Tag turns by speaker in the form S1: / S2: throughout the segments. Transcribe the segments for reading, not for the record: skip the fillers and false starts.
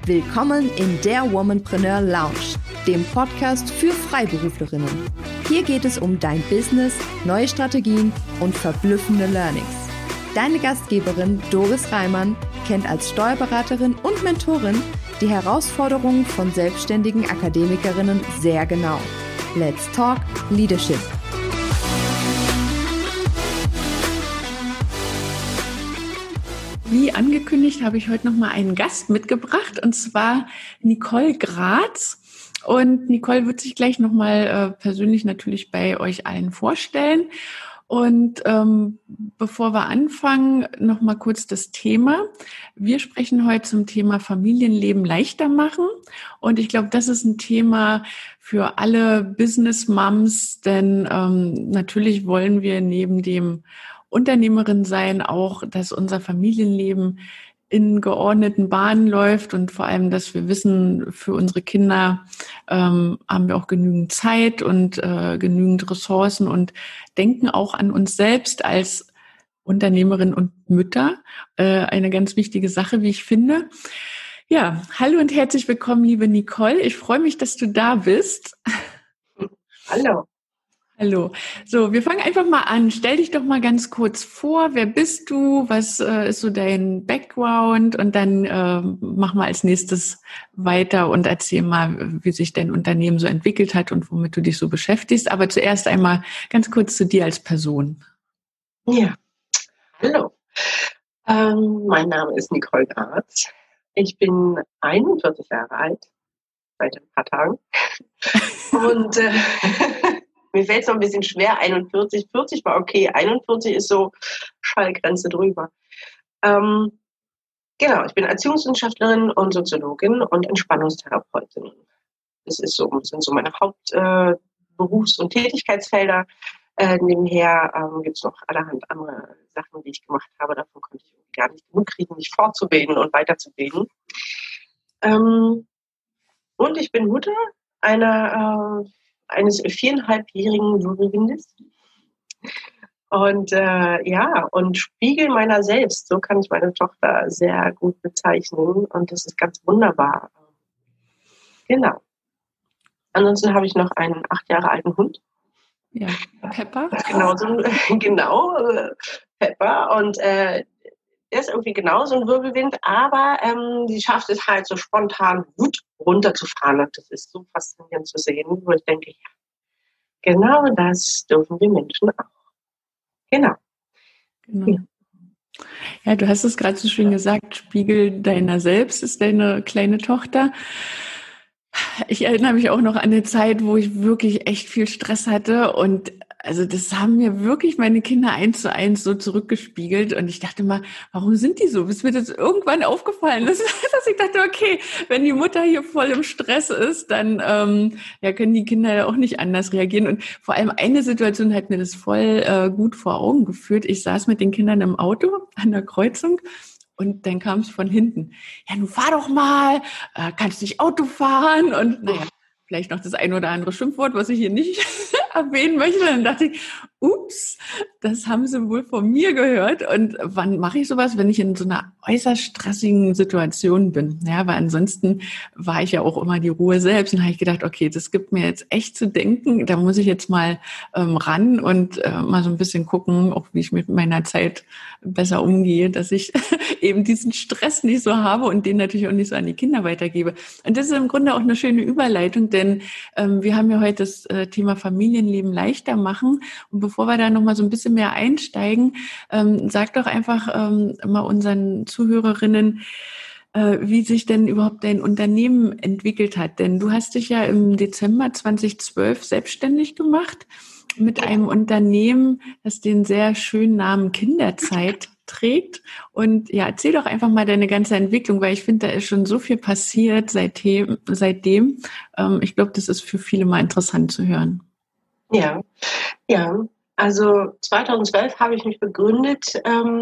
S1: Willkommen in der Womanpreneur Lounge, dem Podcast für Freiberuflerinnen. Hier geht es um dein Business, neue Strategien und verblüffende Learnings. Deine Gastgeberin Doris Reimann kennt als Steuerberaterin und Mentorin die Herausforderungen von selbstständigen Akademikerinnen sehr genau. Let's talk Leadership.
S2: Wie angekündigt, habe ich heute nochmal einen Gast mitgebracht, und zwar Nicole Gratz. Und Nicole wird sich gleich nochmal persönlich natürlich bei euch allen vorstellen. Und bevor wir anfangen, nochmal kurz das Thema. Wir sprechen heute zum Thema Familienleben leichter machen. Und ich glaube, das ist ein Thema für alle Business Moms, denn natürlich wollen wir neben dem Unternehmerin sein auch, dass unser Familienleben in geordneten Bahnen läuft und vor allem, dass wir wissen, für unsere Kinder haben wir auch genügend Zeit und genügend Ressourcen und denken auch an uns selbst als Unternehmerin und Mütter. Eine ganz wichtige Sache, wie ich finde. Ja, hallo und herzlich willkommen, liebe Nicole. Ich freue mich, dass du da bist.
S3: Hallo.
S2: Hallo. So, wir fangen einfach mal an. Stell dich doch mal ganz kurz vor. Wer bist du? Was ist so dein Background? Und dann mach mal als nächstes weiter und erzähl mal, wie sich dein Unternehmen so entwickelt hat und womit du dich so beschäftigst. Aber zuerst einmal ganz kurz zu dir als Person.
S3: Ja, hallo. Mein Name ist Nicole Gratz. Ich bin 41 Jahre alt, seit ein paar Tagen. Und mir fällt es noch ein bisschen schwer, 41, 40 war okay, 41 ist so Schallgrenze drüber. Genau, ich bin Erziehungswissenschaftlerin und Soziologin und Entspannungstherapeutin. Das sind so meine Hauptberufs- und Tätigkeitsfelder. Nebenher gibt es noch allerhand andere Sachen, die ich gemacht habe. Davon konnte ich gar nicht genug kriegen, mich fortzubilden und weiterzubilden. Und ich bin Mutter eines 4,5-jährigen Wirbelwindes. Und und Spiegel meiner selbst, so kann ich meine Tochter sehr gut bezeichnen. Und das ist ganz wunderbar. Genau. Ansonsten habe ich noch einen 8 Jahre alten Hund.
S2: Ja, Pepper.
S3: Genau, Pepper. Und der ist irgendwie genauso ein Wirbelwind, aber die schafft es halt so spontan gut runterzufahren. Und das ist so faszinierend zu sehen, wo ich denke, ja, genau das dürfen wir Menschen auch. Genau.
S2: Ja, du hast es gerade so schön gesagt, Spiegel deiner selbst ist deine kleine Tochter. Ich erinnere mich auch noch an eine Zeit, wo ich wirklich echt viel Stress hatte, und also das haben mir wirklich meine Kinder 1:1 so zurückgespiegelt, und ich dachte mal, warum sind die so? Bis mir das irgendwann aufgefallen ist, dass ich dachte, okay, wenn die Mutter hier voll im Stress ist, dann können die Kinder ja auch nicht anders reagieren. Und vor allem eine Situation hat mir das voll gut vor Augen geführt. Ich saß mit den Kindern im Auto an der Kreuzung. Und dann kam es von hinten. Ja, nun fahr doch mal, kannst nicht Auto fahren? Und naja, vielleicht noch das ein oder andere Schimpfwort, was ich hier nicht erwähnen möchte. Und dann dachte ich, ups, das haben sie wohl von mir gehört. Und wann mache ich sowas, wenn ich in so einer äußerst stressigen Situation bin? Ja, weil ansonsten war ich ja auch immer die Ruhe selbst. Und da habe ich gedacht, okay, das gibt mir jetzt echt zu denken. Da muss ich jetzt mal ran und mal so ein bisschen gucken, auch wie ich mit meiner Zeit besser umgehe, dass ich eben diesen Stress nicht so habe und den natürlich auch nicht so an die Kinder weitergebe. Und das ist im Grunde auch eine schöne Überleitung, denn wir haben ja heute das Thema Familienleben leichter machen. Und bevor wir da nochmal so ein bisschen mehr einsteigen, sag doch einfach mal unseren Zuhörerinnen, wie sich denn überhaupt dein Unternehmen entwickelt hat. Denn du hast dich ja im Dezember 2012 selbstständig gemacht mit einem Unternehmen, das den sehr schönen Namen Kinderzeit trägt. Und ja, erzähl doch einfach mal deine ganze Entwicklung, weil ich finde, da ist schon so viel passiert seitdem. Ich glaube, das ist für viele mal interessant zu hören.
S3: Ja. Also 2012 habe ich mich begründet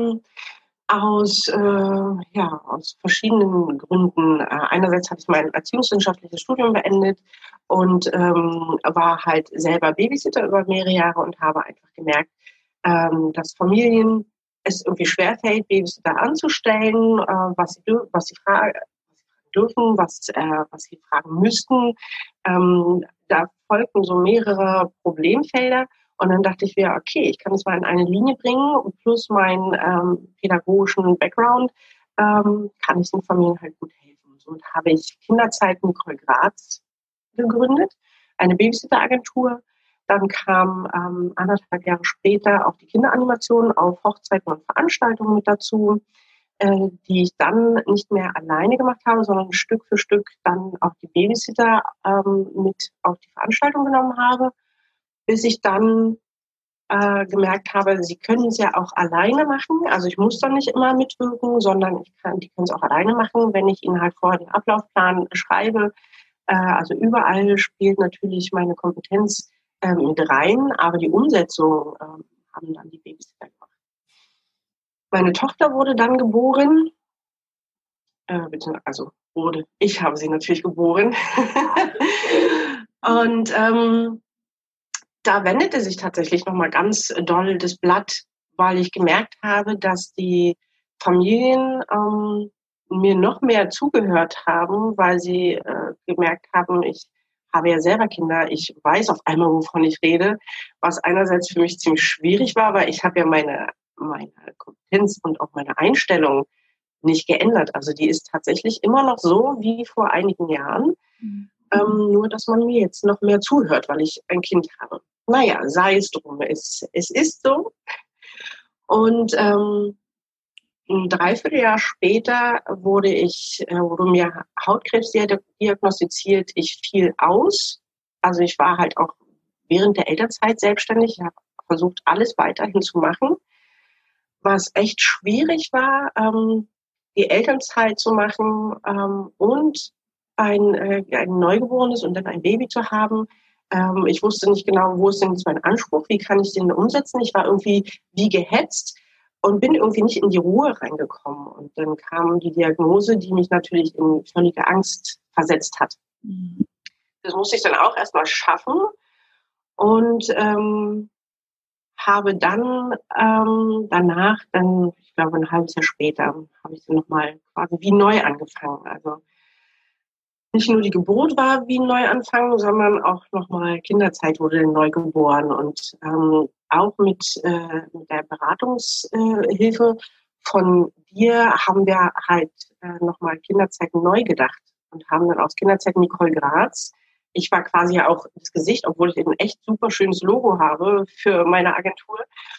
S3: aus verschiedenen Gründen. Einerseits hatte ich mein erziehungswissenschaftliches Studium beendet und war halt selber Babysitter über mehrere Jahre und habe einfach gemerkt, dass Familien es irgendwie schwerfällt, Babysitter anzustellen, was sie dürfen, was sie fragen müssten. Da folgten so mehrere Problemfelder. Und dann dachte ich mir, okay, ich kann es mal in eine Linie bringen und plus meinen pädagogischen Background kann ich den Familien halt gut helfen. Somit habe ich Kinderzeit Nicole Graz gegründet, eine Babysitter-Agentur. Dann kam 1,5 Jahre später auch die Kinderanimation auf Hochzeiten und Veranstaltungen mit dazu, die ich dann nicht mehr alleine gemacht habe, sondern Stück für Stück dann auch die Babysitter mit auf die Veranstaltung genommen habe, bis ich dann gemerkt habe, sie können es ja auch alleine machen. Also ich muss dann nicht immer mitwirken, sondern die können es auch alleine machen, wenn ich ihnen halt vorher den Ablaufplan schreibe. Also überall spielt natürlich meine Kompetenz mit rein, aber die Umsetzung haben dann die Babysitter gemacht. Meine Tochter wurde dann geboren, ich habe sie natürlich geboren. Und da wendete sich tatsächlich nochmal ganz doll das Blatt, weil ich gemerkt habe, dass die Familien mir noch mehr zugehört haben, weil sie gemerkt haben, ich habe ja selber Kinder, ich weiß auf einmal, wovon ich rede, was einerseits für mich ziemlich schwierig war, weil ich habe ja meine Kompetenz und auch meine Einstellung nicht geändert. Also die ist tatsächlich immer noch so wie vor einigen Jahren, nur dass man mir jetzt noch mehr zuhört, weil ich ein Kind habe. Naja, sei es drum, es ist so. Und ein Dreivierteljahr später wurde mir Hautkrebs diagnostiziert. Ich fiel aus. Also ich war halt auch während der Elternzeit selbstständig. Ich habe versucht, alles weiterhin zu machen. Was echt schwierig war, die Elternzeit zu machen und ein Neugeborenes und dann ein Baby zu haben. Ich wusste nicht genau, wo ist denn jetzt mein Anspruch, wie kann ich den umsetzen. Ich war irgendwie wie gehetzt und bin irgendwie nicht in die Ruhe reingekommen. Und dann kam die Diagnose, die mich natürlich in völlige Angst versetzt hat. Das musste ich dann auch erstmal schaffen und habe dann danach, ich glaube ein halbes Jahr später, habe ich dann nochmal quasi wie neu angefangen. Also nicht nur die Geburt war wie ein Neuanfang, sondern auch nochmal Kinderzeit wurde neu geboren. Und auch mit der Beratungshilfe von dir haben wir halt nochmal Kinderzeit neu gedacht und haben dann aus Kinderzeit Nicole Graz. Ich war quasi ja auch das Gesicht, obwohl ich ein echt super schönes Logo habe für meine Agentur,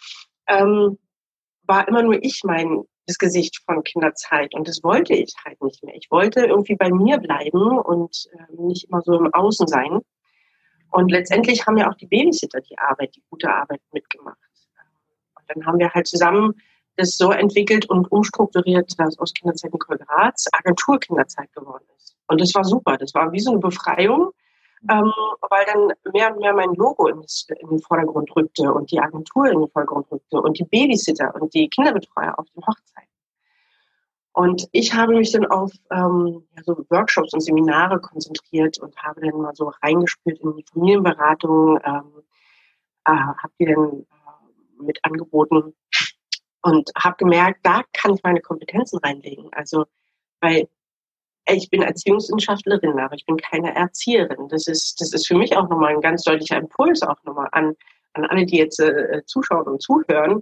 S3: war immer nur ich das Gesicht von Kinderzeit. Und das wollte ich halt nicht mehr. Ich wollte irgendwie bei mir bleiben und nicht immer so im Außen sein. Und letztendlich haben ja auch die Babysitter die gute Arbeit mitgemacht. Und dann haben wir halt zusammen das so entwickelt und umstrukturiert, dass aus Kinderzeit Nicole Graz Agentur Kinderzeit geworden ist. Und das war super. Das war wie so eine Befreiung, weil dann mehr und mehr mein Logo in den Vordergrund rückte und die Agentur in den Vordergrund rückte und die Babysitter und die Kinderbetreuer auf den Hochzeiten. Und ich habe mich dann auf so Workshops und Seminare konzentriert und habe dann mal so reingespürt in die Familienberatung, habe die dann mit angeboten und habe gemerkt, da kann ich meine Kompetenzen reinlegen. Also, weil ich bin Erziehungswissenschaftlerin, aber ich bin keine Erzieherin. Das ist für mich auch nochmal ein ganz deutlicher Impuls auch nochmal an alle, die jetzt zuschauen und zuhören.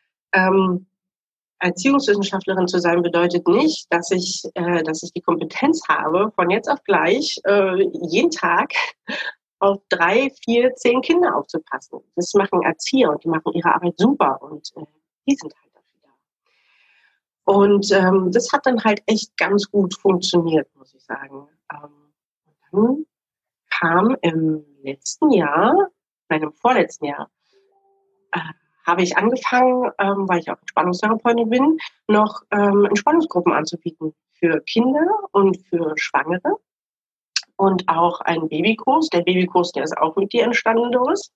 S3: Erziehungswissenschaftlerin zu sein bedeutet nicht, dass ich die Kompetenz habe, von jetzt auf gleich jeden Tag auf 3, 4, 10 Kinder aufzupassen. Das machen Erzieher und die machen ihre Arbeit super und die sind halt dafür da. Und das hat dann halt echt ganz gut funktioniert, muss ich sagen. Und dann kam im vorletzten Jahr, habe ich angefangen, weil ich auch Entspannungstherapeutin bin, noch Entspannungsgruppen anzubieten für Kinder und für Schwangere und auch einen Babykurs. Der Babykurs, der ist auch mit dir entstanden, Doris.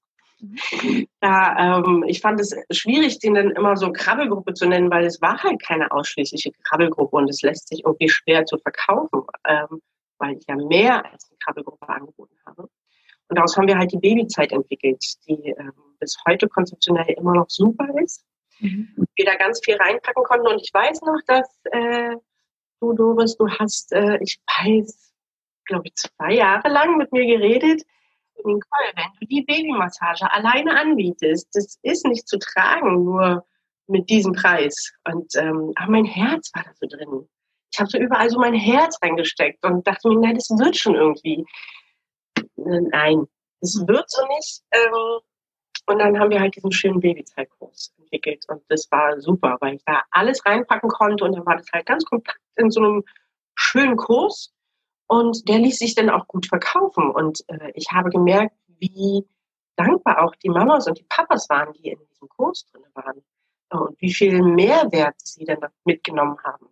S3: Ich fand es schwierig, den dann immer so Krabbelgruppe zu nennen, weil es war halt keine ausschließliche Krabbelgruppe und es lässt sich irgendwie schwer zu verkaufen, weil ich ja mehr als eine Krabbelgruppe angeboten habe. Und daraus haben wir halt die Babyzeit entwickelt, die bis heute konzeptionell immer noch super ist. Wir da ganz viel reinpacken konnten. Und ich weiß noch, dass du Doris, du hast, ich weiß, glaube ich, 2 Jahre lang mit mir geredet. Nicole, wenn du die Babymassage alleine anbietest, das ist nicht zu tragen, nur mit diesem Preis. Und aber mein Herz war da so drin. Ich habe so überall so mein Herz reingesteckt und dachte mir, nein, das wird schon irgendwie. Nein, das wird so nicht. Und dann haben wir halt diesen schönen Babyzeitkurs entwickelt. Und das war super, weil ich da alles reinpacken konnte. Und dann war das halt ganz kompakt in so einem schönen Kurs. Und der ließ sich dann auch gut verkaufen. Und ich habe gemerkt, wie dankbar auch die Mamas und die Papas waren, die in diesem Kurs drin waren. Und wie viel Mehrwert sie dann mitgenommen haben.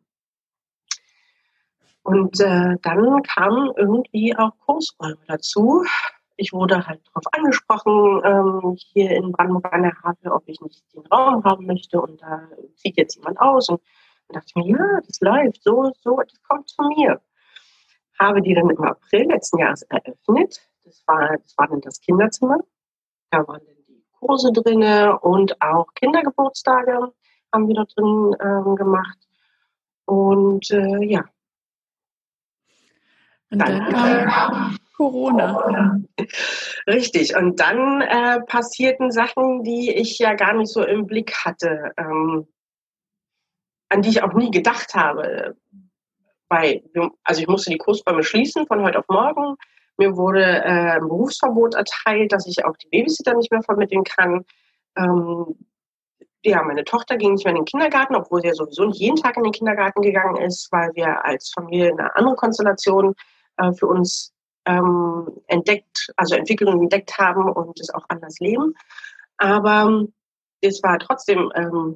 S3: Und dann kamen irgendwie auch Kursräume dazu. Ich wurde halt darauf angesprochen, hier in Brandenburg an der Havel, ob ich nicht den Raum haben möchte. Und da zieht jetzt jemand aus. Und dann dachte ich mir, ja, das läuft, so, das kommt zu mir. Habe die dann im April letzten Jahres eröffnet. Das war dann das Kinderzimmer. Da waren dann die Kurse drin und auch Kindergeburtstage haben wir da drin gemacht. Und ja.
S2: Und dann kam Corona.
S3: Richtig. Und dann passierten Sachen, die ich ja gar nicht so im Blick hatte, an die ich auch nie gedacht habe. Also ich musste die Kursräume schließen von heute auf morgen. Mir wurde ein Berufsverbot erteilt, dass ich auch die Babysitter nicht mehr vermitteln kann. Ja, meine Tochter ging nicht mehr in den Kindergarten, obwohl sie ja sowieso nicht jeden Tag in den Kindergarten gegangen ist, weil wir als Familie eine andere Konstellation für uns entwickelt und entdeckt haben und es auch anders leben. Aber es war trotzdem,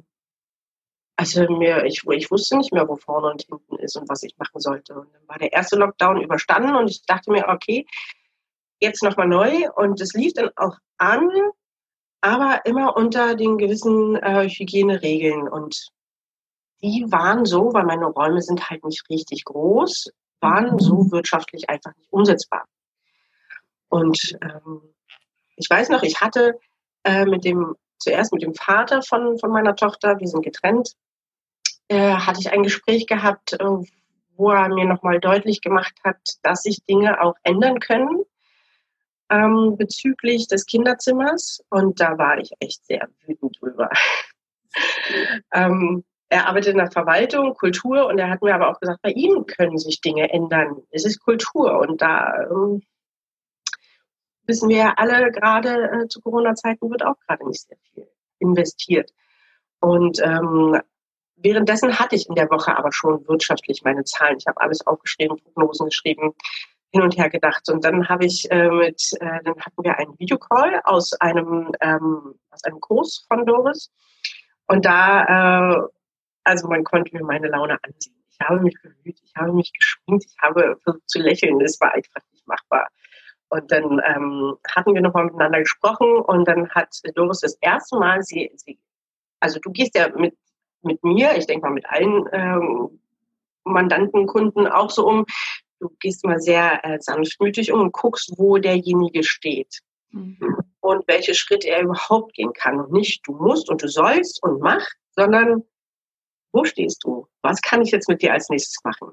S3: ich wusste nicht mehr, wo vorne und hinten ist und was ich machen sollte. Und dann war der erste Lockdown überstanden und ich dachte mir, okay, jetzt nochmal neu. Und es lief dann auch an, aber immer unter den gewissen Hygieneregeln. Und die waren so, weil meine Räume sind halt nicht richtig groß, waren so wirtschaftlich einfach nicht umsetzbar. Und ich weiß noch, ich hatte zuerst mit dem Vater von meiner Tochter, wir sind getrennt, hatte ich ein Gespräch gehabt, wo er mir nochmal deutlich gemacht hat, dass sich Dinge auch ändern können bezüglich des Kinderzimmers. Und da war ich echt sehr wütend drüber. Er arbeitet in der Verwaltung, Kultur, und er hat mir aber auch gesagt, bei ihm können sich Dinge ändern. Es ist Kultur und da wissen wir ja alle, gerade zu Corona-Zeiten wird auch gerade nicht sehr viel investiert. Und währenddessen hatte ich in der Woche aber schon wirtschaftlich meine Zahlen. Ich habe alles aufgeschrieben, Prognosen geschrieben, hin und her gedacht. Und dann habe ich dann hatten wir einen Videocall aus einem Kurs von Doris. Und da, also man konnte mir meine Laune ansehen. Ich habe mich bemüht, ich habe mich geschminkt, ich habe versucht zu lächeln. Es war einfach nicht machbar. Und dann hatten wir nochmal miteinander gesprochen und dann hat Doris das erste Mal, also du gehst ja mit mir, ich denke mal mit allen Mandanten, Kunden auch so um, du gehst mal sehr sanftmütig um und guckst, wo derjenige steht. Mhm. Und welche Schritte er überhaupt gehen kann. Und nicht, du musst und du sollst und mach, sondern wo stehst du? Was kann ich jetzt mit dir als nächstes machen?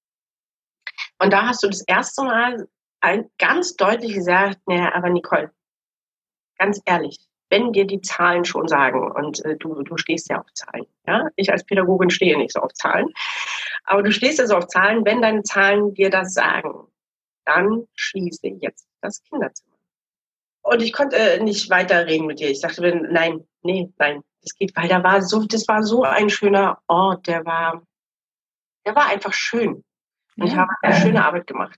S3: Und da hast du das erste Mal ganz deutlich gesagt, naja, aber Nicole, ganz ehrlich, wenn dir die Zahlen schon sagen, und du stehst ja auf Zahlen, ja, ich als Pädagogin stehe nicht so auf Zahlen, aber du stehst ja so auf Zahlen, wenn deine Zahlen dir das sagen, dann schließe jetzt das Kinderzimmer. Und ich konnte nicht weiterreden mit dir. Ich dachte, nein, das geht, weil das war so ein schöner Ort, der war einfach schön. Und ich habe eine schöne Arbeit gemacht.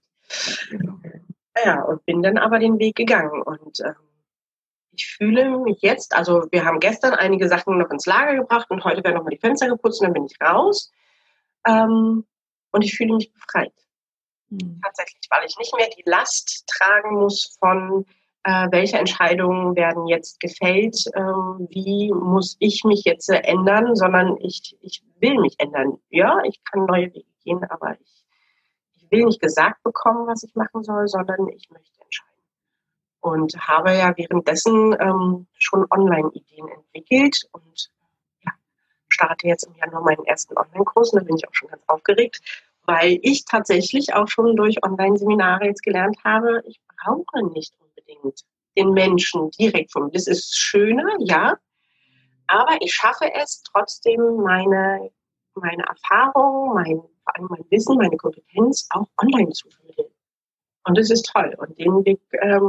S3: Ja, und bin dann aber den Weg gegangen. Und ich fühle mich jetzt, also wir haben gestern einige Sachen noch ins Lager gebracht und heute werden nochmal die Fenster geputzt und dann bin ich raus. Und ich fühle mich befreit. Tatsächlich, weil ich nicht mehr die Last tragen muss von welche Entscheidungen werden jetzt gefällt, wie muss ich mich jetzt ändern, sondern ich will mich ändern. Ja, ich kann neue Wege gehen, aber ich will nicht gesagt bekommen, was ich machen soll, sondern ich möchte entscheiden. Und habe ja währenddessen schon Online-Ideen entwickelt und ja, starte jetzt im Januar meinen ersten Online-Kurs und da bin ich auch schon ganz aufgeregt. weil ich tatsächlich auch schon durch Online-Seminare jetzt gelernt habe, ich brauche nicht unbedingt den Menschen direkt von mir. Das ist schöner, ja, aber ich schaffe es trotzdem, meine Erfahrung, vor allem mein Wissen, meine Kompetenz auch online zu vermitteln. Und das ist toll. Und den Weg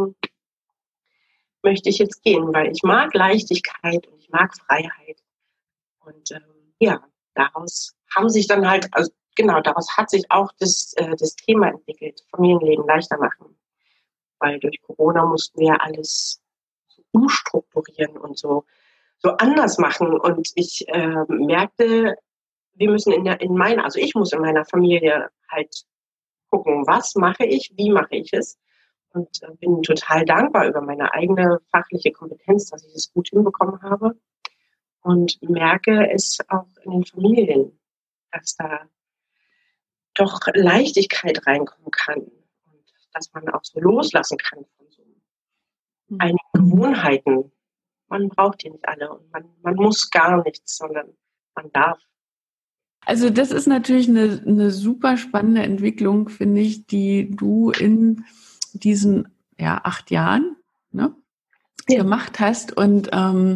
S3: möchte ich jetzt gehen, weil ich mag Leichtigkeit und ich mag Freiheit. Und daraus haben sich dann halt, also genau, daraus hat sich auch das Thema entwickelt, Familienleben leichter machen. Weil durch Corona mussten wir alles so umstrukturieren und so anders machen. Und ich merkte, wir müssen ich muss in meiner Familie halt gucken, was mache ich, wie mache ich es. Und bin total dankbar über meine eigene fachliche Kompetenz, dass ich es gut hinbekommen habe. Und merke es auch in den Familien, dass da doch Leichtigkeit reinkommen kann. Und dass man auch so loslassen kann von so einigen Gewohnheiten. Man braucht die nicht alle und man muss gar nichts, sondern man darf.
S2: Also das ist natürlich eine super spannende Entwicklung, finde ich, die du in diesen 8 Jahren gemacht hast. Und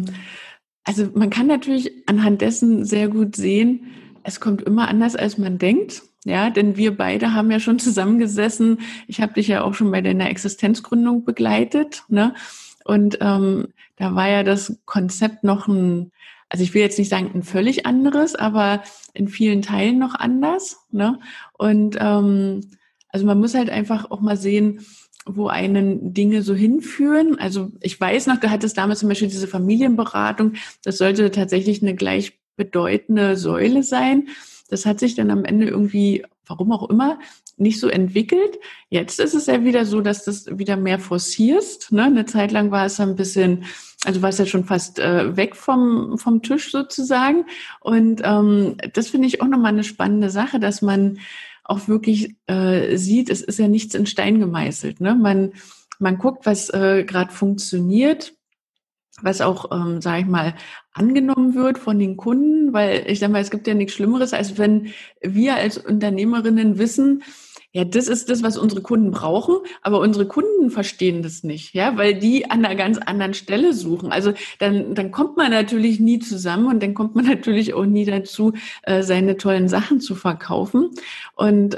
S2: also man kann natürlich anhand dessen sehr gut sehen, es kommt immer anders, als man denkt. Ja, denn wir beide haben ja schon zusammengesessen. Ich habe dich ja auch schon bei deiner Existenzgründung begleitet, ne? Und da war ja das Konzept noch also ich will jetzt nicht sagen ein völlig anderes, aber in vielen Teilen noch anders, ne? Und also man muss halt einfach auch mal sehen, wo einen Dinge so hinführen. Also ich weiß noch, du hattest damals zum Beispiel diese Familienberatung, das sollte tatsächlich eine gleichbedeutende Säule sein. Das hat sich dann am Ende irgendwie, warum auch immer, nicht so entwickelt. Jetzt ist es ja wieder so, dass das wieder mehr forcierst, ne? Eine Zeit lang war es ein bisschen, also war es ja schon fast weg vom Tisch sozusagen. Und das finde ich auch nochmal eine spannende Sache, dass man auch wirklich sieht, es ist ja nichts in Stein gemeißelt, ne? Man guckt, was gerade funktioniert, was auch, sage ich mal, angenommen wird von den Kunden, weil ich sage mal, es gibt ja nichts Schlimmeres, als wenn wir als Unternehmerinnen wissen, ja, das ist das, was unsere Kunden brauchen, aber unsere Kunden verstehen das nicht, ja, weil die an einer ganz anderen Stelle suchen. Also dann kommt man natürlich nie zusammen und dann kommt man natürlich auch nie dazu, seine tollen Sachen zu verkaufen. Und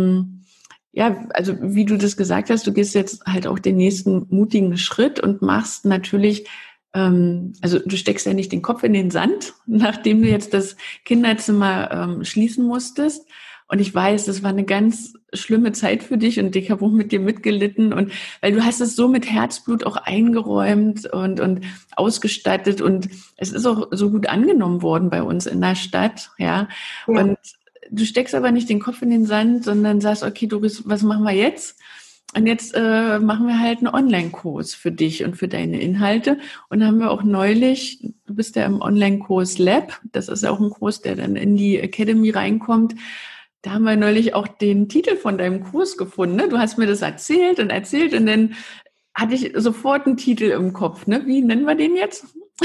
S2: ja, also wie du das gesagt hast, du gehst jetzt halt auch den nächsten mutigen Schritt und machst natürlich, also du steckst ja nicht den Kopf in den Sand, nachdem du jetzt das Kinderzimmer schließen musstest. Und ich weiß, das war eine ganz schlimme Zeit für dich und ich habe auch mit dir mitgelitten und weil du hast es so mit Herzblut auch eingeräumt und ausgestattet und es ist auch so gut angenommen worden bei uns in der Stadt, ja. Und du steckst aber nicht den Kopf in den Sand, sondern sagst, okay, Doris, was machen wir jetzt? Und jetzt machen wir halt einen Online-Kurs für dich und für deine Inhalte. Und da haben wir auch neulich, du bist ja im Online-Kurs Lab, das ist auch ein Kurs, der dann in die Academy reinkommt. Da haben wir neulich auch den Titel von deinem Kurs gefunden. Ne? Du hast mir das erzählt und dann hatte ich sofort einen Titel im Kopf. Ne? Wie nennen wir den jetzt?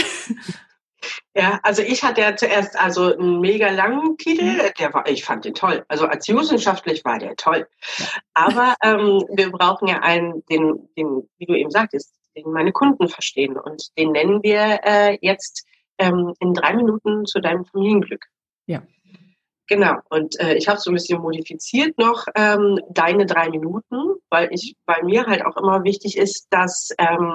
S3: Ja, also ich hatte ja zuerst einen mega langen Titel, ich fand den toll. Also als wissenschaftlich war der toll. Aber wir brauchen ja den, wie du eben sagtest, den meine Kunden verstehen. Und den nennen wir jetzt in 3 Minuten zu deinem Familienglück. Ja. Genau. Und ich habe so ein bisschen modifiziert noch deine 3 Minuten, weil mir halt auch immer wichtig ist, dass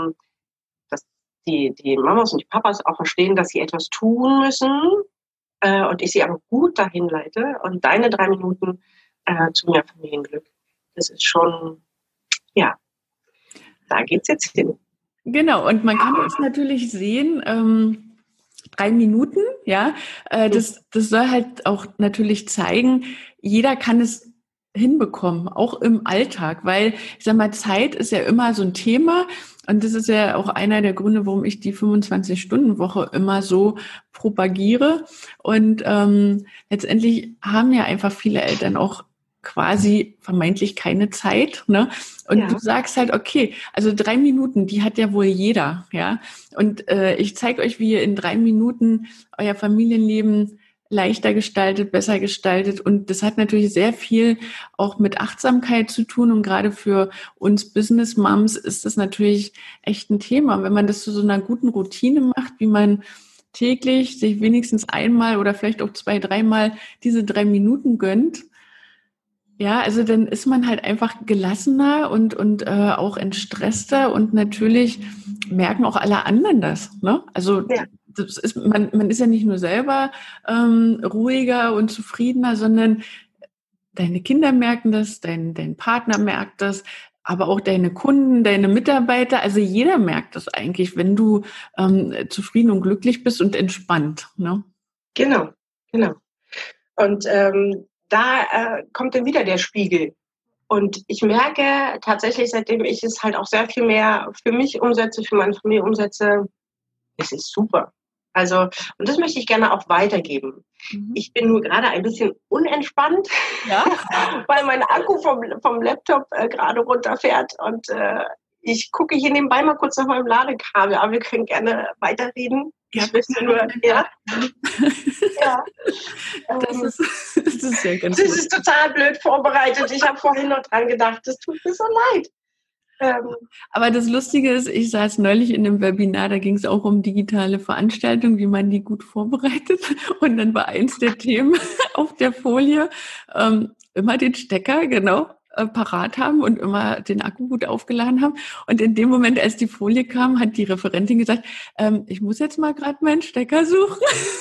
S3: die Mamas und die Papas auch verstehen, dass sie etwas tun müssen und ich sie aber gut dahin leite. Und deine 3 Minuten zu mehr Familienglück, das ist schon, ja, da geht's jetzt hin.
S2: Genau, und man kann es natürlich sehen, 3 Minuten, ja, das soll halt auch natürlich zeigen, jeder kann es hinbekommen, auch im Alltag, weil ich sag mal, Zeit ist ja immer so ein Thema und das ist ja auch einer der Gründe, warum ich die 25-Stunden-Woche immer so propagiere und letztendlich haben ja einfach viele Eltern auch quasi vermeintlich keine Zeit, ne? Und du sagst halt, okay, also 3 Minuten, die hat ja wohl jeder, ja? Und ich zeige euch, wie ihr in 3 Minuten euer Familienleben leichter gestaltet, besser gestaltet. Und das hat natürlich sehr viel auch mit Achtsamkeit zu tun. Und gerade für uns Business Moms ist das natürlich echt ein Thema. Wenn man das zu so einer guten Routine macht, wie man täglich sich wenigstens einmal oder vielleicht auch 2, 3-mal diese 3 Minuten gönnt, ja, also dann ist man halt einfach gelassener und auch entstresster und natürlich merken auch alle anderen das, ne? Also
S3: Ja.
S2: das ist, man ist ja nicht nur selber ruhiger und zufriedener, sondern deine Kinder merken das, dein Partner merkt das, aber auch deine Kunden, deine Mitarbeiter, also jeder merkt das eigentlich, wenn du zufrieden und glücklich bist und entspannt, ne?
S3: Genau, genau. Und da kommt dann wieder der Spiegel. Und ich merke tatsächlich, seitdem ich es halt auch sehr viel mehr für mich umsetze, für meine Familie umsetze, es ist super. Also, und das möchte ich gerne auch weitergeben. Ich bin nur gerade ein bisschen unentspannt,
S2: Ja.
S3: weil mein Akku vom Laptop gerade runterfährt und ich gucke hier nebenbei mal kurz nach meinem Ladekabel, aber wir können gerne weiterreden.
S2: Ja,
S3: Ich möchte nur, ja. Ja.
S2: Das ist ja ganz
S3: Das
S2: gut.
S3: ist total blöd vorbereitet. Ich habe vorhin noch dran gedacht, das tut mir so leid.
S2: Aber das Lustige ist, ich saß neulich in einem Webinar, da ging es auch um digitale Veranstaltungen, wie man die gut vorbereitet. Und dann war eins der Themen auf der Folie, immer den Stecker, genau, parat haben und immer den Akku gut aufgeladen haben. Und in dem Moment, als die Folie kam, hat die Referentin gesagt, ich muss jetzt mal gerade meinen Stecker suchen.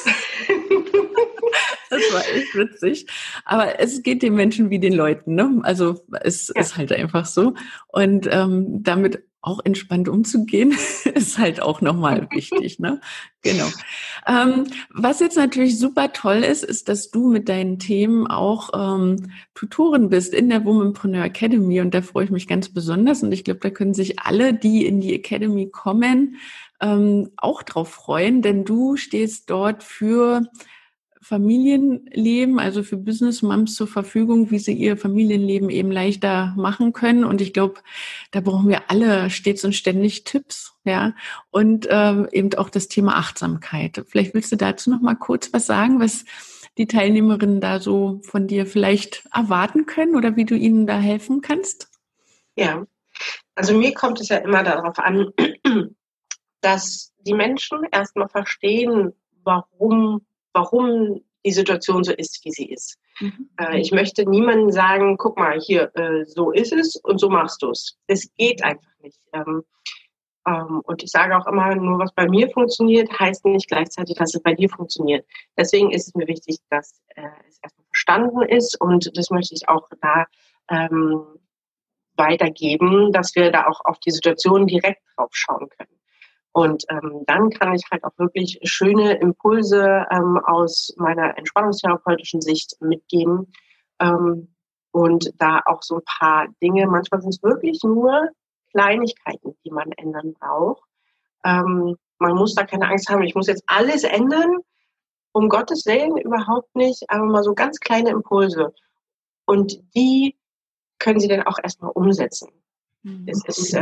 S2: Das war echt witzig. Aber es geht den Menschen wie den Leuten, ne? Also es ist halt einfach so. Und damit auch entspannt umzugehen, ist halt auch nochmal wichtig, ne? Genau. Was jetzt natürlich super toll ist, ist, dass du mit deinen Themen auch Tutorin bist in der Womanpreneur Academy. Und da freue ich mich ganz besonders. Und ich glaube, da können sich alle, die in die Academy kommen, auch drauf freuen, denn du stehst dort für Familienleben, also für Business Moms zur Verfügung, wie sie ihr Familienleben eben leichter machen können. Und ich glaube, da brauchen wir alle stets und ständig Tipps, ja. Und eben auch das Thema Achtsamkeit. Vielleicht willst du dazu noch mal kurz was sagen, was die Teilnehmerinnen da so von dir vielleicht erwarten können oder wie du ihnen da helfen kannst?
S3: Ja, also mir kommt es ja immer darauf an, dass die Menschen erstmal verstehen, warum die Situation so ist, wie sie ist. Ich möchte niemandem sagen, guck mal, hier, so ist es und so machst du es. Es geht einfach nicht. Und ich sage auch immer, nur was bei mir funktioniert, heißt nicht gleichzeitig, dass es bei dir funktioniert. Deswegen ist es mir wichtig, dass es erstmal verstanden ist und das möchte ich auch da weitergeben, dass wir da auch auf die Situation direkt drauf schauen können. Und dann kann ich halt auch wirklich schöne Impulse aus meiner entspannungstherapeutischen Sicht mitgeben und da auch so ein paar Dinge, manchmal sind es wirklich nur Kleinigkeiten, die man ändern braucht. Man muss da keine Angst haben, ich muss jetzt alles ändern, um Gottes Willen überhaupt nicht, aber mal so ganz kleine Impulse. Und die können Sie dann auch erstmal umsetzen. Es ist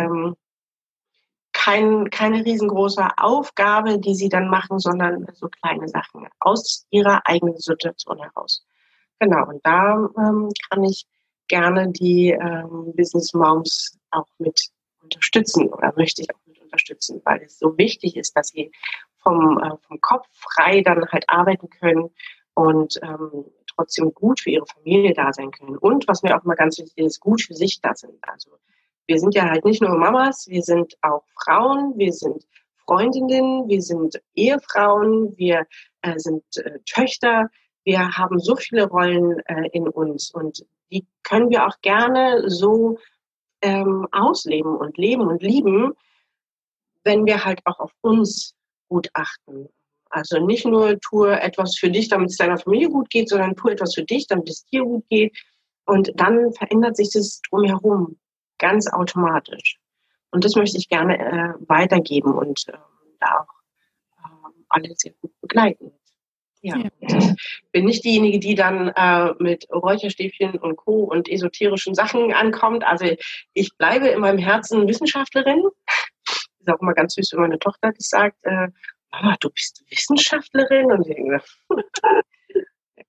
S3: keine riesengroße Aufgabe, die Sie dann machen, sondern so kleine Sachen aus Ihrer eigenen Situation heraus. Genau, und da kann ich gerne die Business Moms auch mit unterstützen oder möchte ich auch mit unterstützen, weil es so wichtig ist, dass sie vom Kopf frei dann halt arbeiten können und trotzdem gut für ihre Familie da sein können. Und was mir auch mal ganz wichtig ist, gut für sich da sind. Also wir sind ja halt nicht nur Mamas, wir sind auch Frauen, wir sind Freundinnen, wir sind Ehefrauen, wir sind Töchter. Wir haben so viele Rollen in uns und die können wir auch gerne so ausleben und leben und lieben, wenn wir halt auch auf uns gut achten. Also nicht nur tue etwas für dich, damit es deiner Familie gut geht, sondern tue etwas für dich, damit es dir gut geht. Und dann verändert sich das drumherum ganz automatisch. Und das möchte ich gerne weitergeben und da auch alle sehr gut begleiten. Ja. Ich bin nicht diejenige, die dann mit Räucherstäbchen und Co. und esoterischen Sachen ankommt. Also ich bleibe in meinem Herzen Wissenschaftlerin. Ist auch immer ganz süß, wenn meine Tochter das sagt, Mama, du bist Wissenschaftlerin? Und ich denke,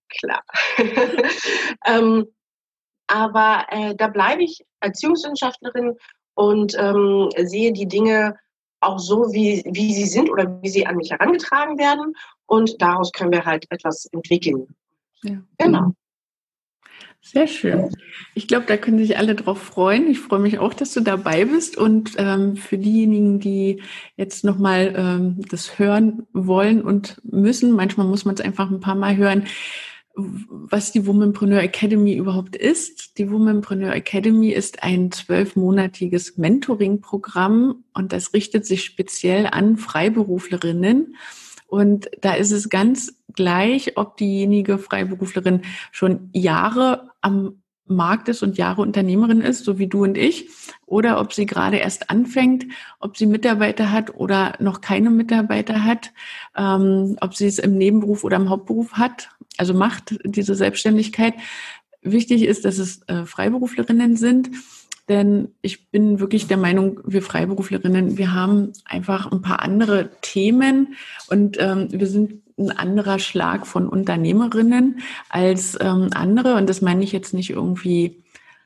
S3: klar. Aber da bleibe ich Erziehungswissenschaftlerin und sehe die Dinge auch so, wie sie sind oder wie sie an mich herangetragen werden. Und daraus können wir halt etwas entwickeln.
S2: Ja.
S3: Genau.
S2: Sehr schön. Ich glaube, da können sich alle drauf freuen. Ich freue mich auch, dass du dabei bist. Und für diejenigen, die jetzt nochmal das hören wollen und müssen, manchmal muss man es einfach ein paar Mal hören, was die Womanpreneur Academy überhaupt ist. Die Womanpreneur Academy ist ein 12-monatiges Mentoring-Programm und das richtet sich speziell an Freiberuflerinnen. Und da ist es ganz gleich, ob diejenige Freiberuflerin schon Jahre am Markt ist und Jahre Unternehmerin ist, so wie du und ich, oder ob sie gerade erst anfängt, ob sie Mitarbeiter hat oder noch keine Mitarbeiter hat, ob sie es im Nebenberuf oder im Hauptberuf hat, also macht diese Selbstständigkeit. Wichtig ist, dass es Freiberuflerinnen sind. Denn ich bin wirklich der Meinung, wir Freiberuflerinnen, wir haben einfach ein paar andere Themen und wir sind ein anderer Schlag von Unternehmerinnen als andere. Und das meine ich jetzt nicht irgendwie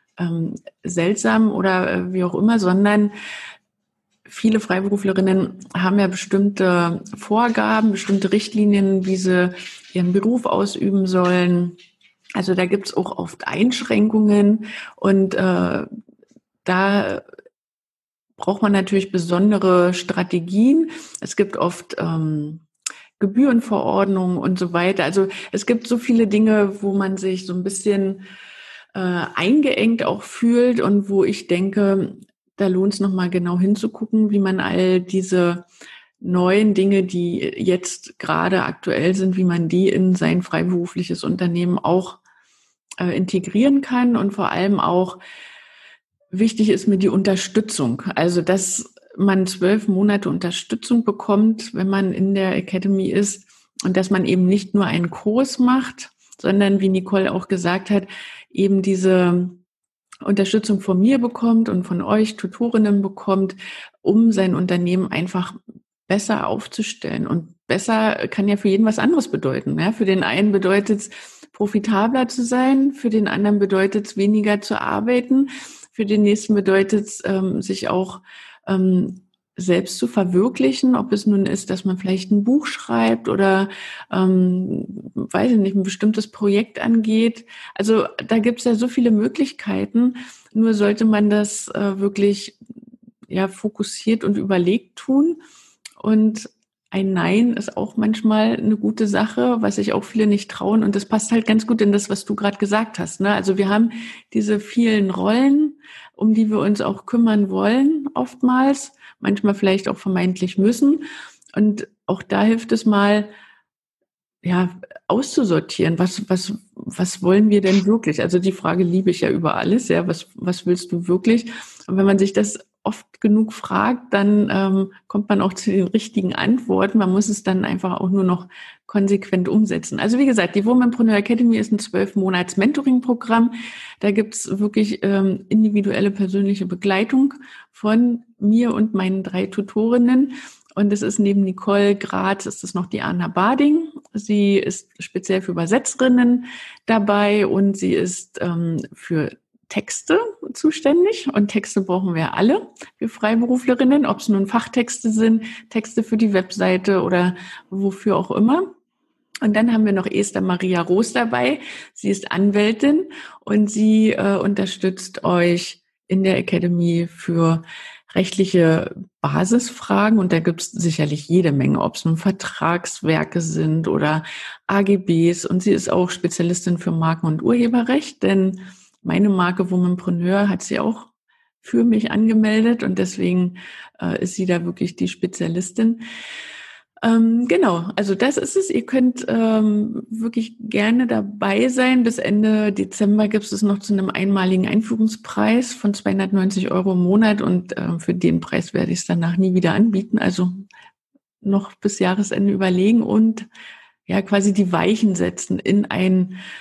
S2: seltsam oder wie auch immer, sondern viele Freiberuflerinnen haben ja bestimmte Vorgaben, bestimmte Richtlinien, wie sie ihren Beruf ausüben sollen. Also da gibt es auch oft Einschränkungen und da braucht man natürlich besondere Strategien. Es gibt oft Gebührenverordnungen und so weiter. Also es gibt so viele Dinge, wo man sich so ein bisschen eingeengt auch fühlt und wo ich denke, da lohnt es nochmal genau hinzugucken, wie man all diese neuen Dinge, die jetzt gerade aktuell sind, wie man die in sein freiberufliches Unternehmen auch integrieren kann und vor allem auch wichtig ist mir die Unterstützung. Also, dass man 12 Monate Unterstützung bekommt, wenn man in der Academy ist und dass man eben nicht nur einen Kurs macht, sondern, wie Nicole auch gesagt hat, eben diese Unterstützung von mir bekommt und von euch Tutorinnen bekommt, um sein Unternehmen einfach besser aufzustellen. Und besser kann ja für jeden was anderes bedeuten. Ja? Für den einen bedeutet es, profitabler zu sein, für den anderen bedeutet es, weniger zu arbeiten. Für den nächsten bedeutet es, sich auch selbst zu verwirklichen, ob es nun ist, dass man vielleicht ein Buch schreibt oder, weiß ich nicht, ein bestimmtes Projekt angeht. Also da gibt es ja so viele Möglichkeiten, nur sollte man das wirklich ja fokussiert und überlegt tun. Und ein Nein ist auch manchmal eine gute Sache, was sich auch viele nicht trauen. Und das passt halt ganz gut in das, was du gerade gesagt hast. Ne? Also wir haben diese vielen Rollen, um die wir uns auch kümmern wollen, oftmals, manchmal vielleicht auch vermeintlich müssen. Und auch da hilft es mal, ja, auszusortieren. Was wollen wir denn wirklich? Also die Frage liebe ich ja über alles. Ja, was willst du wirklich? Und wenn man sich das oft genug fragt, dann kommt man auch zu den richtigen Antworten. Man muss es dann einfach auch nur noch konsequent umsetzen. Also wie gesagt, die Womanpreneur Academy ist ein 12-Monats-Mentoring-Programm. Da gibt's wirklich individuelle persönliche Begleitung von mir und meinen 3 Tutorinnen. Und es ist neben Nicole Graz, ist es noch die Anna Bading. Sie ist speziell für Übersetzerinnen dabei und sie ist für Texte zuständig. Und Texte brauchen wir alle, wir Freiberuflerinnen, ob es nun Fachtexte sind, Texte für die Webseite oder wofür auch immer. Und dann haben wir noch Esther Maria Roos dabei. Sie ist Anwältin und sie unterstützt euch in der Academy für rechtliche Basisfragen. Und da gibt es sicherlich jede Menge, ob es nun Vertragswerke sind oder AGBs. Und sie ist auch Spezialistin für Marken- und Urheberrecht, denn meine Marke Womanpreneur hat sie auch für mich angemeldet und deswegen ist sie da wirklich die Spezialistin. Genau, also das ist es. Ihr könnt wirklich gerne dabei sein. Bis Ende Dezember gibt es noch zu einem einmaligen Einführungspreis von 290 € im Monat und für den Preis werde ich es danach nie wieder anbieten. Also noch bis Jahresende überlegen und ja quasi die Weichen setzen in ein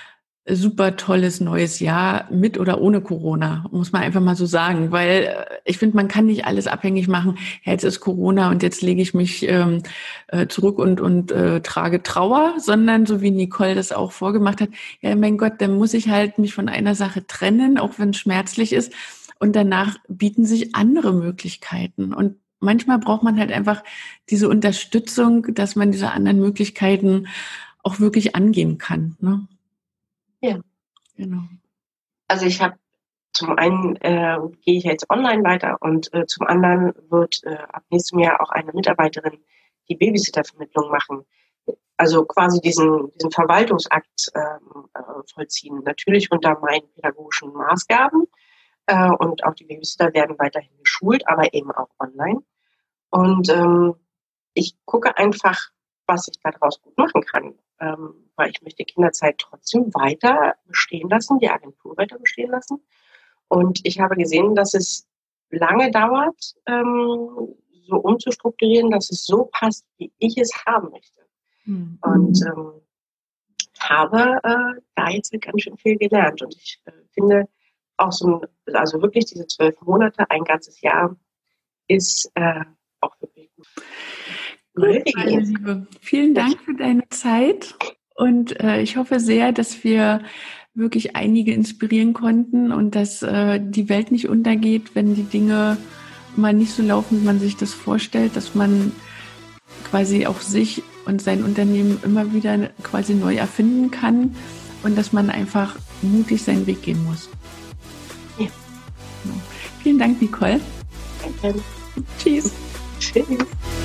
S2: super tolles neues Jahr mit oder ohne Corona, muss man einfach mal so sagen, weil ich finde, man kann nicht alles abhängig machen. Ja, jetzt ist Corona und jetzt lege ich mich zurück und trage Trauer, sondern so wie Nicole das auch vorgemacht hat, ja, mein Gott, dann muss ich halt mich von einer Sache trennen, auch wenn es schmerzlich ist. Und danach bieten sich andere Möglichkeiten. Und manchmal braucht man halt einfach diese Unterstützung, dass man diese anderen Möglichkeiten auch wirklich angehen kann, ne?
S3: Ja.
S2: Genau.
S3: Also ich habe zum einen gehe ich jetzt online weiter und zum anderen wird ab nächstem Jahr auch eine Mitarbeiterin die Babysittervermittlung machen. Also quasi diesen Verwaltungsakt vollziehen. Natürlich unter meinen pädagogischen Maßgaben und auch die Babysitter werden weiterhin geschult, aber eben auch online. Und ich gucke einfach, was ich daraus gut machen kann. Weil ich möchte Kinderzeit trotzdem weiter bestehen lassen, die Agentur weiter bestehen lassen. Und ich habe gesehen, dass es lange dauert, so umzustrukturieren, dass es so passt, wie ich es haben möchte. Mhm. Und habe da jetzt ganz schön viel gelernt. Und ich finde auch also wirklich diese 12 Monate, ein ganzes Jahr, ist auch wirklich gut.
S2: Gut, meine Liebe, vielen Dank für deine Zeit und ich hoffe sehr, dass wir wirklich einige inspirieren konnten und dass die Welt nicht untergeht, wenn die Dinge mal nicht so laufen, wie man sich das vorstellt, dass man quasi auch sich und sein Unternehmen immer wieder quasi neu erfinden kann und dass man einfach mutig seinen Weg gehen muss.
S3: Ja.
S2: Vielen Dank, Nicole.
S3: Danke.
S2: Tschüss.
S3: Tschüss.